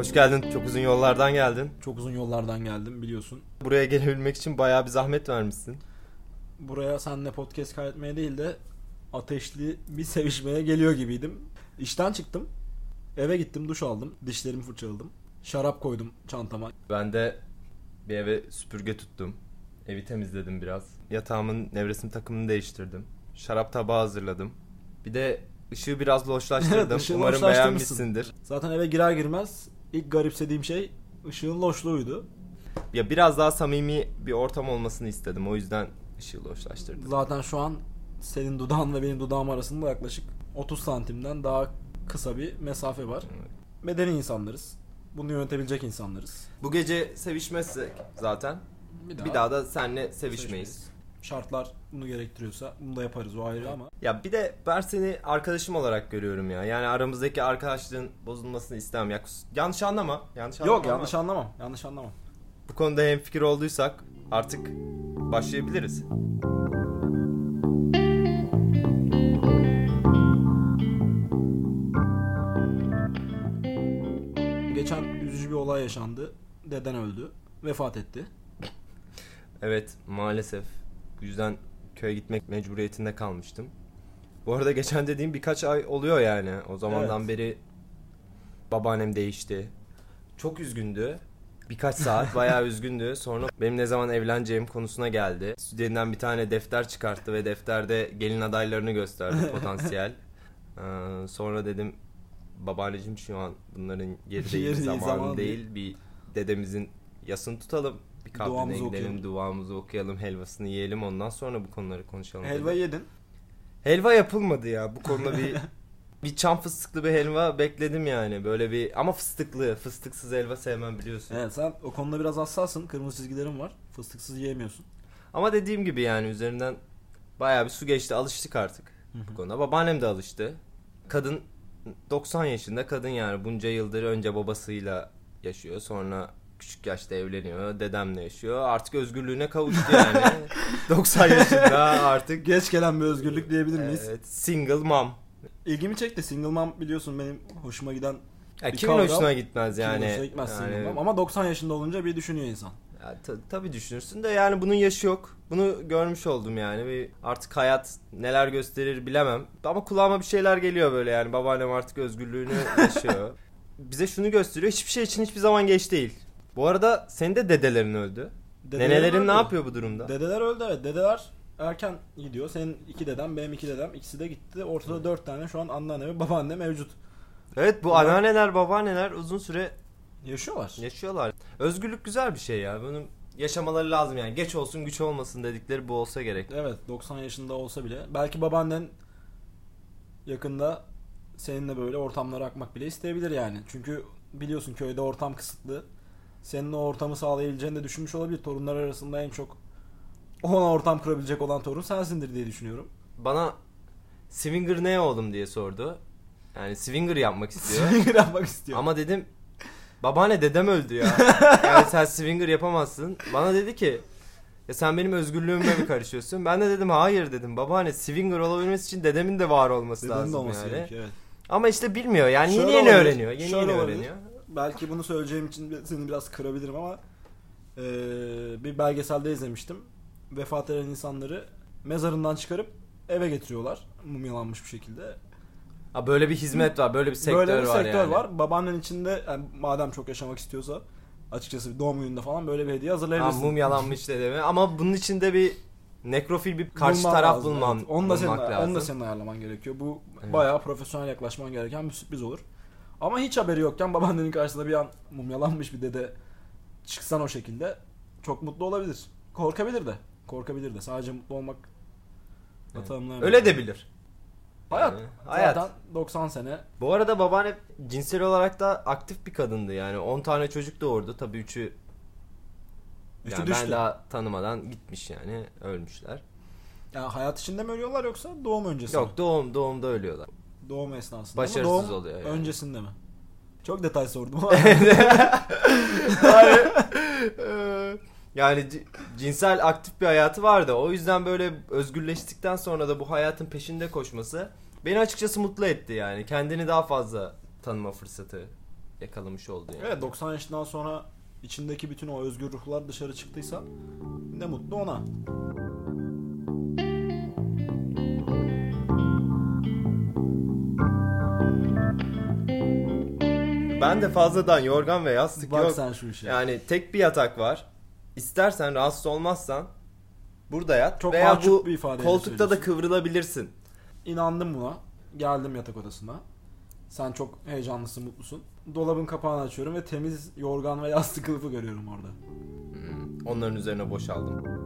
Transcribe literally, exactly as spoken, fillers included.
Hoş geldin. Çok uzun yollardan geldin. Çok uzun yollardan geldim biliyorsun. Buraya gelebilmek için bayağı bir zahmet vermişsin. Buraya seninle podcast kaydetmeye değil de ateşli bir sevişmeye geliyor gibiydim. İşten çıktım. Eve gittim, duş aldım. Dişlerimi fırçaladım. Şarap koydum çantama. Ben de bir eve süpürge tuttum. Evi temizledim biraz. Yatağımın nevresim takımını değiştirdim. Şarap tabağı hazırladım. Bir de ışığı biraz loşlaştırdım. Evet, ışığı Umarım loşlaştırmışsın. beğenmişsindir. Zaten eve girer girmez ilk garipsediğim şey ışığın loşluğuydu. Ya biraz daha samimi bir ortam olmasını istedim. O yüzden ışığı loşlaştırdım. Zaten şu an senin dudağın ve benim dudağım arasında yaklaşık otuz santimden daha kısa bir mesafe var. Evet. Medeni insanlarız. Bunu yönetebilecek insanlarız. Bu gece sevişmezsek zaten Bir daha, bir daha da seninle sevişmeyiz. sevişmeyiz. Şartlar bunu gerektiriyorsa bunu da yaparız, o ayrı ama. Ya bir de ben seni arkadaşım olarak görüyorum ya. Yani aramızdaki arkadaşlığın bozulmasını istemem. Ya, yanlış anlama. Yanlış anlama. Yok, yanlış anlamam. Yanlış anlamam. Bu konuda hemfikir olduysak artık başlayabiliriz. Geçen üzücü bir olay yaşandı. Deden öldü. Vefat etti. Evet, maalesef. Bu yüzden köye gitmek mecburiyetinde kalmıştım. Bu arada geçen dediğim birkaç ay oluyor yani. O zamandan Evet. beri babaannem değişti. Çok üzgündü. Birkaç saat bayağı üzgündü. Sonra benim ne zaman evleneceğim konusuna geldi. Stüdyodan bir tane defter çıkarttı ve defterde gelin adaylarını gösterdi potansiyel. Ee, sonra dedim babaanneciğim şu an bunların yeri değil, Yeri değil, zamanı zamanı değil. Bir dedemizin yasını tutalım. Bir kabrine Duamızı gidelim, okuyalım. duamızı okuyalım, helvasını yiyelim. Ondan sonra bu konuları konuşalım. Helva dedim. yedin. Helva yapılmadı ya. Bu konuda bir bir çam fıstıklı bir helva bekledim yani. Böyle bir ama fıstıklı, fıstıksız helva sevmem biliyorsun. Evet, sen o konuda biraz hassassın. Kırmızı çizgilerin var. Fıstıksız yiyemiyorsun. Ama dediğim gibi yani üzerinden bayağı bir su geçti. Alıştık artık bu konuda. Babaannem de alıştı. Kadın doksan yaşında kadın yani. Bunca yıldır önce babasıyla yaşıyor. Sonra küçük yaşta evleniyor. Dedemle yaşıyor. Artık özgürlüğüne kavuştu yani. doksan yaşında artık. Geç gelen bir özgürlük diyebilir miyiz? Evet, single mom. İlgimi çekti. Single mom biliyorsun benim hoşuma giden Ya bir kimin kavram. hoşuna gitmez Kimin yani. hoşuna gitmez yani, single mom. Ama doksan yaşında olunca bir düşünüyor insan. Ya, ta- tabii düşünürsün de yani bunun yaşı yok. Bunu görmüş oldum yani. Bir artık hayat neler gösterir bilemem. Ama kulağıma bir şeyler geliyor böyle yani. Babaannem artık özgürlüğünü yaşıyor. Bize şunu gösteriyor. Hiçbir şey için hiçbir zaman geç değil. Bu arada senin de dedelerin öldü. Dedelerim Nenelerin öldü. ne yapıyor bu durumda? Dedeler öldü, evet. Dedeler erken gidiyor. Senin iki dedem, benim iki dedem. İkisi de gitti. Ortada dört tane şu an anneanne ve babaanne mevcut. Evet, bu Bunlar- anneanneler, babaanneler uzun süre Yaşıyorlar. yaşıyorlar. Özgürlük güzel bir şey ya. Bunun yaşamaları lazım yani. Geç olsun güç olmasın dedikleri bu olsa gerek. Evet, doksan yaşında olsa bile. Belki babaannen yakında seninle böyle ortamlara akmak bile isteyebilir yani. Çünkü biliyorsun köyde ortam kısıtlı. Senin o ortamı sağlayabileceğini de düşünmüş olabilir. Torunlar arasında en çok ona ortam kurabilecek olan torun sensindir diye düşünüyorum. Bana swinger ne oğlum diye sordu. Yani swinger yapmak istiyor. Swinger yapmak istiyor. Ama dedim babaanne dedem öldü ya. Yani sen swinger yapamazsın. Bana dedi ki ya sen benim özgürlüğüme mi karışıyorsun? Ben de dedim hayır dedim. Babaanne swinger olabilmesi için dedemin de var olması Dedenin de lazım olması yani. gerekiyor, evet. Ama işte bilmiyor yani Şöyle yeni yeni olabilir, öğreniyor. Yeni şöyle yeni olabilir. öğreniyor. Belki bunu söyleyeceğim için seni biraz kırabilirim ama ee, bir belgeselde izlemiştim. Vefat eden insanları mezarından çıkarıp eve getiriyorlar. Mumyalanmış bir şekilde. Ha, böyle bir hizmet var. Böyle bir sektör var Böyle bir sektör yani. var. Babaannen içinde yani madem çok yaşamak istiyorsa açıkçası doğum gününde falan böyle bir hediye Ha, hazırlayabilirsin. mumyalanmış dedemi. Ama bunun içinde bir nekrofil bir karşı Bulman taraf lazım, bulman, evet. Onu da senin, bulmak lazım. onu da senin ayarlaman gerekiyor. Bu Evet. bayağı profesyonel yaklaşman gereken bir sürpriz olur. Ama hiç haberi yokken babaannenin karşısında bir an mumyalanmış bir dede çıksan o şekilde çok mutlu olabilir. Korkabilir de. Korkabilir de. Sadece mutlu olmak Evet. tanımlayamam. Öyle de bilir. Hayat. Yani, hayat. Zaten doksan sene. Bu arada babaanne cinsel olarak da aktif bir kadındı yani. on tane çocuk doğurdu. Tabii üçü Üçü yani düştü. ben daha tanımadan gitmiş yani. Ölmüşler. Yani hayat içinde mi ölüyorlar yoksa doğum öncesi mi? Yok, doğum doğumda ölüyorlar. Doğum esnasında Başarısız mı? Doğum oluyor yani. öncesinde mi? Çok detay sordum ama. Yani c- cinsel aktif bir hayatı vardı. O yüzden böyle özgürleştikten sonra da bu hayatın peşinde koşması beni açıkçası mutlu etti yani. Kendini daha fazla tanıma fırsatı yakalamış oldu yani. Evet, doksan yaşından sonra içindeki bütün o özgür ruhlar dışarı çıktıysa ne mutlu ona. Ben de fazladan yorgan ve yastık Bak yok. sen şu işe. Yani tek bir yatak var. İstersen rahatsız olmazsan burada yat Çok veya mahcup bu bir ifadeyle koltukta da söylüyorsun. kıvrılabilirsin. İnandım buna. Geldim yatak odasına. Sen çok heyecanlısın, mutlusun. Dolabın kapağını açıyorum ve temiz yorgan ve yastık kılıfı görüyorum orada. Hmm, onların üzerine boşaldım.